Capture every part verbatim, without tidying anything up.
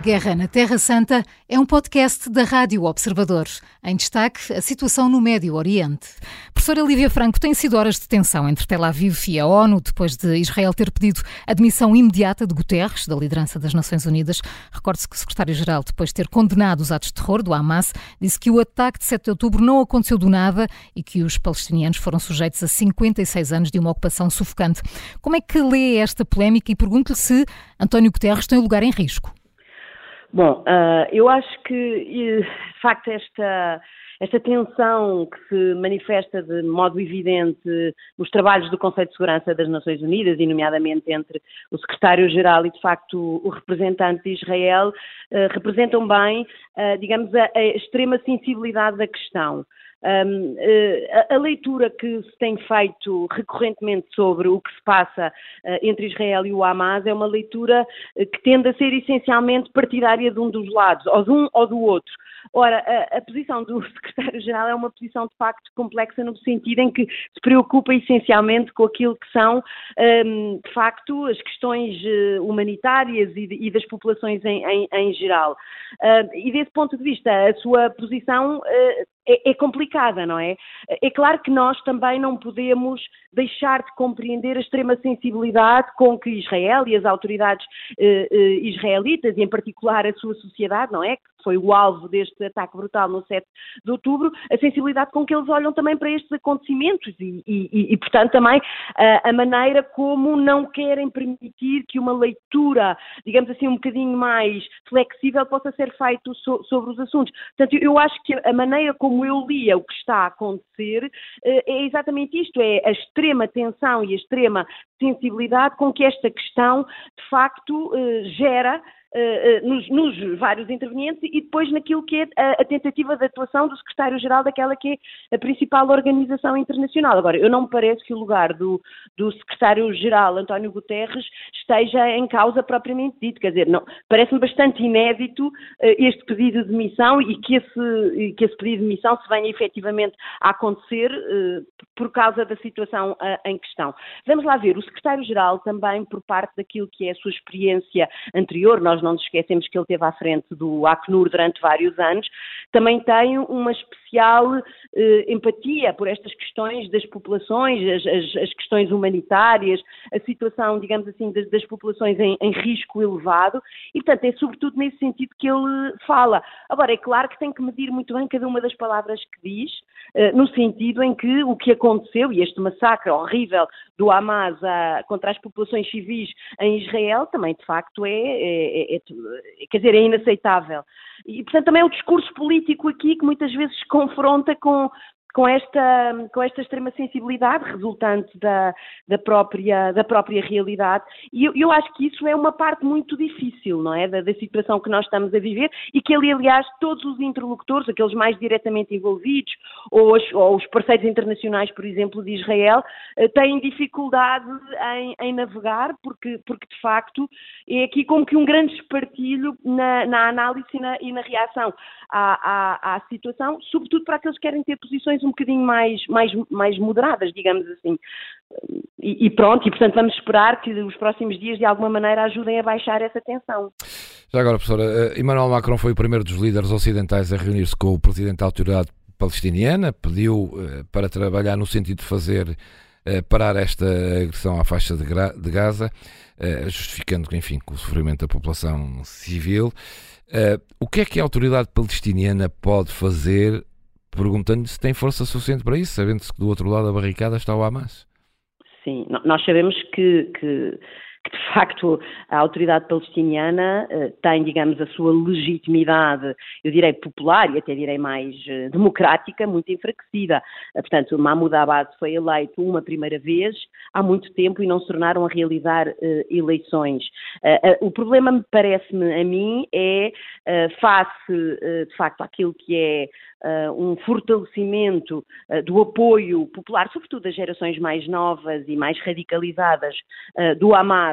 Guerra na Terra Santa é um podcast da Rádio Observador. Em destaque, a situação no Médio Oriente. Professora Lívia Franco, tem sido horas de tensão entre Tel Aviv e a ONU, depois de Israel ter pedido a demissão imediata de Guterres, da liderança das Nações Unidas. Recorde-se que o secretário-geral, depois de ter condenado os atos de terror do Hamas, disse que o ataque de sete de outubro não aconteceu do nada e que os palestinianos foram sujeitos a cinquenta e seis anos de uma ocupação sufocante. Como é que lê esta polémica e pergunto-lhe se António Guterres tem lugar em risco? Bom, uh, eu acho que, de facto, esta, esta tensão que se manifesta de modo evidente nos trabalhos do Conselho de Segurança das Nações Unidas, e nomeadamente entre o secretário-geral e, de facto, o representante de Israel, uh, representam bem, uh, digamos, a, a extrema sensibilidade da questão. Um, a, a leitura que se tem feito recorrentemente sobre o que se passa uh, entre Israel e o Hamas é uma leitura uh, que tende a ser essencialmente partidária de um dos lados, ou de um ou do outro. Ora, a, a posição do secretário-geral é uma posição de facto complexa no sentido em que se preocupa essencialmente com aquilo que são, um, de facto, as questões uh, humanitárias e, de, e das populações em, em, em geral. Uh, e desse ponto de vista, a sua posição uh, é, é complicada, não é? É claro que nós também não podemos deixar de compreender a extrema sensibilidade com que Israel e as autoridades uh, uh, israelitas, e em particular a sua sociedade, não é? Que foi o alvo deste ataque brutal no sete de outubro, a sensibilidade com que eles olham também para estes acontecimentos e, e, e portanto, também a, a maneira como não querem permitir que uma leitura, digamos assim, um bocadinho mais flexível possa ser feita so, sobre os assuntos. Portanto, eu acho que a maneira como eu lia o que está a acontecer é exatamente isto, é a extrema tensão e a extrema sensibilidade com que esta questão, de facto, gera Uh, uh, nos, nos vários intervenientes e depois naquilo que é a, a tentativa de atuação do secretário-geral daquela que é a principal organização internacional. Agora, eu não me parece que o lugar do, do secretário-geral António Guterres esteja em causa propriamente dito, quer dizer, não, parece-me bastante inédito uh, este pedido de demissão e que esse, que esse pedido de demissão se venha efetivamente a acontecer uh, por causa da situação uh, em questão. Vamos lá ver, o secretário-geral também, por parte daquilo que é a sua experiência anterior, nós não nos esquecemos que ele esteve à frente do Acnur durante vários anos, também tem uma especial eh, empatia por estas questões das populações, as, as, as questões humanitárias, a situação, digamos assim, das, das populações em, em risco elevado e, portanto, é sobretudo nesse sentido que ele fala. Agora, é claro que tem que medir muito bem cada uma das palavras que diz, eh, no sentido em que o que aconteceu, e este massacre horrível do Hamas a, contra as populações civis em Israel, também, de facto, é, é É, é, quer dizer, é inaceitável. E, portanto, também é o discurso político aqui que muitas vezes se confronta com, com, esta, com esta extrema sensibilidade resultante da, da, própria, da própria realidade. E eu, eu acho que isso é uma parte muito difícil, não é? Da, da situação que nós estamos a viver e que ali, aliás, todos os interlocutores, aqueles mais diretamente envolvidos, ou os, ou os parceiros internacionais, por exemplo, de Israel, têm dificuldade em, em navegar, porque, porque, de facto, é aqui como que um grande espartilho na, na análise e na, e na reação à, à, à situação, sobretudo para aqueles que querem ter posições um bocadinho mais, mais, mais moderadas, digamos assim. E, e pronto, e portanto vamos esperar que os próximos dias de alguma maneira ajudem a baixar essa tensão. Já agora, professora, Emmanuel Macron foi o primeiro dos líderes ocidentais a reunir-se com o presidente da Autoridade Palestiniana, pediu uh, para trabalhar no sentido de fazer uh, parar esta agressão à faixa de, de Gaza, uh, justificando, enfim, com o sofrimento da população civil. Uh, o que é que a Autoridade Palestiniana pode fazer, perguntando se tem força suficiente para isso, sabendo-se que do outro lado da barricada está o Hamas? Sim, nós sabemos que, que, que de facto a autoridade palestiniana uh, tem, digamos, a sua legitimidade, eu direi popular e até direi mais uh, democrática, muito enfraquecida. Uh, portanto, Mahmoud Abbas foi eleito uma primeira vez há muito tempo e não se tornaram a realizar uh, eleições. Uh, uh, o problema, me parece-me a mim, é uh, face, uh, de facto, àquilo que é Uh, um fortalecimento uh, do apoio popular, sobretudo das gerações mais novas e mais radicalizadas uh, do Hamas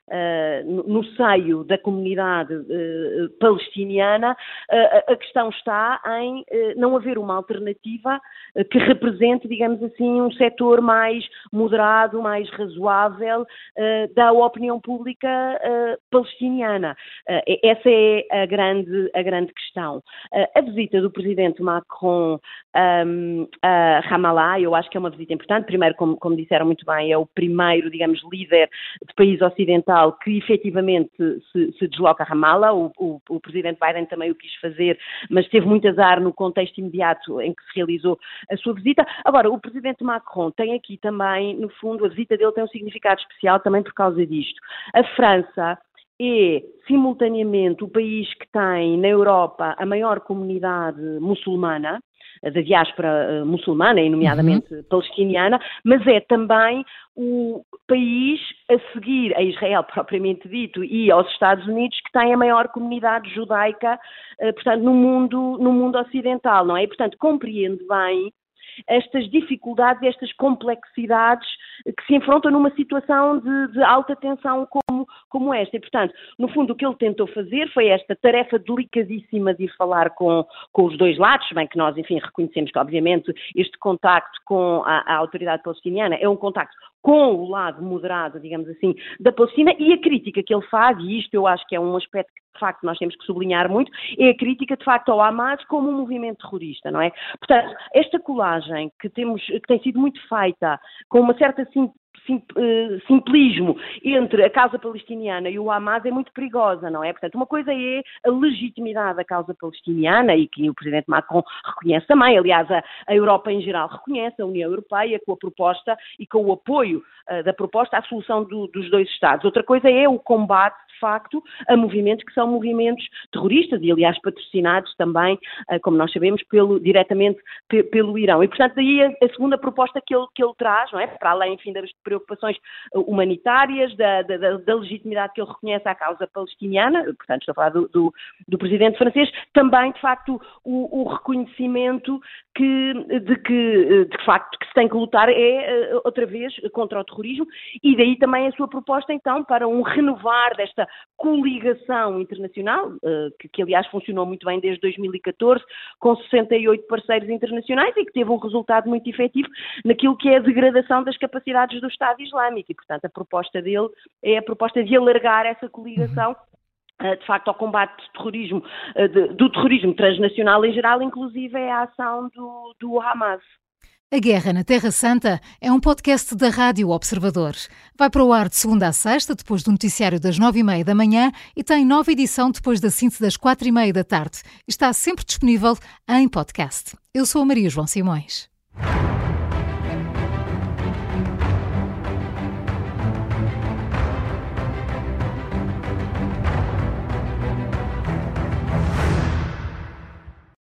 uh, no seio da comunidade uh, palestiniana, uh, a questão está em uh, não haver uma alternativa uh, que represente, digamos assim, um setor mais moderado, mais razoável uh, da opinião pública uh, palestiniana. Uh, essa é a grande, a grande questão. Uh, a visita do presidente Macron um, a Ramallah, eu acho que é uma visita importante. Primeiro, como, como disseram muito bem, é o primeiro, digamos, líder de país ocidental que efetivamente se, se desloca a Ramallah. O, o, o presidente Biden também o quis fazer, mas teve muito azar no contexto imediato em que se realizou a sua visita. Agora, o presidente Macron tem aqui também, no fundo, a visita dele tem um significado especial também por causa disto. A França é, simultaneamente, o país que tem na Europa a maior comunidade muçulmana, da diáspora uh, muçulmana, e nomeadamente uhum. palestiniana, mas é também o país a seguir a Israel, propriamente dito, e aos Estados Unidos, que tem a maior comunidade judaica, uh, portanto, no mundo, no mundo ocidental, não é? E, portanto, compreende bem estas dificuldades, estas complexidades que se enfrentam numa situação de, de alta tensão como, como esta. E, portanto, no fundo, o que ele tentou fazer foi esta tarefa delicadíssima de ir falar com, com os dois lados, bem que nós, enfim, reconhecemos que, obviamente, este contacto com a, a autoridade palestiniana é um contacto com o lado moderado, digamos assim, da Palestina, e a crítica que ele faz, e isto eu acho que é um aspecto que de facto nós temos que sublinhar muito, é a crítica de facto ao Hamas como um movimento terrorista, não é? Portanto, esta colagem que temos, que tem sido muito feita com uma certa sim, sim, uh, simplismo entre a causa palestiniana e o Hamas é muito perigosa, não é? Portanto, uma coisa é a legitimidade da causa palestiniana, e que o presidente Macron reconhece também, aliás, a, a Europa em geral reconhece, a União Europeia, com a proposta e com o apoio uh, da proposta à solução do, dos dois Estados. Outra coisa é o combate, de facto, a movimentos que são movimentos terroristas e, aliás, patrocinados também, uh, como nós sabemos, pelo, diretamente pe, pelo Irão. E, portanto, daí a, a segunda proposta que ele, que ele traz, não é? Para além, enfim, das preocupações humanitárias, da, da, da legitimidade que ele reconhece à causa palestiniana, portanto, estou a falar do, do, do presidente francês, também, de facto, o, o reconhecimento que, de que, de facto, que se tem que lutar é, outra vez, contra o terrorismo, e daí também a sua proposta, então, para um renovar desta coligação internacional, que, que aliás funcionou muito bem desde dois mil e catorze, com sessenta e oito parceiros internacionais e que teve um resultado muito efetivo naquilo que é a degradação das capacidades do Estado Islâmico. E, portanto, a proposta dele é a proposta de alargar essa coligação, de facto, ao combate do terrorismo, do terrorismo transnacional em geral, inclusive é a ação do, do Hamas. A Guerra na Terra Santa é um podcast da Rádio Observador. Vai para o ar de segunda a sexta, depois do noticiário das nove e meia da manhã, e tem nova edição depois da síntese das quatro e meia da tarde. Está sempre disponível em podcast. Eu sou a Maria João Simões.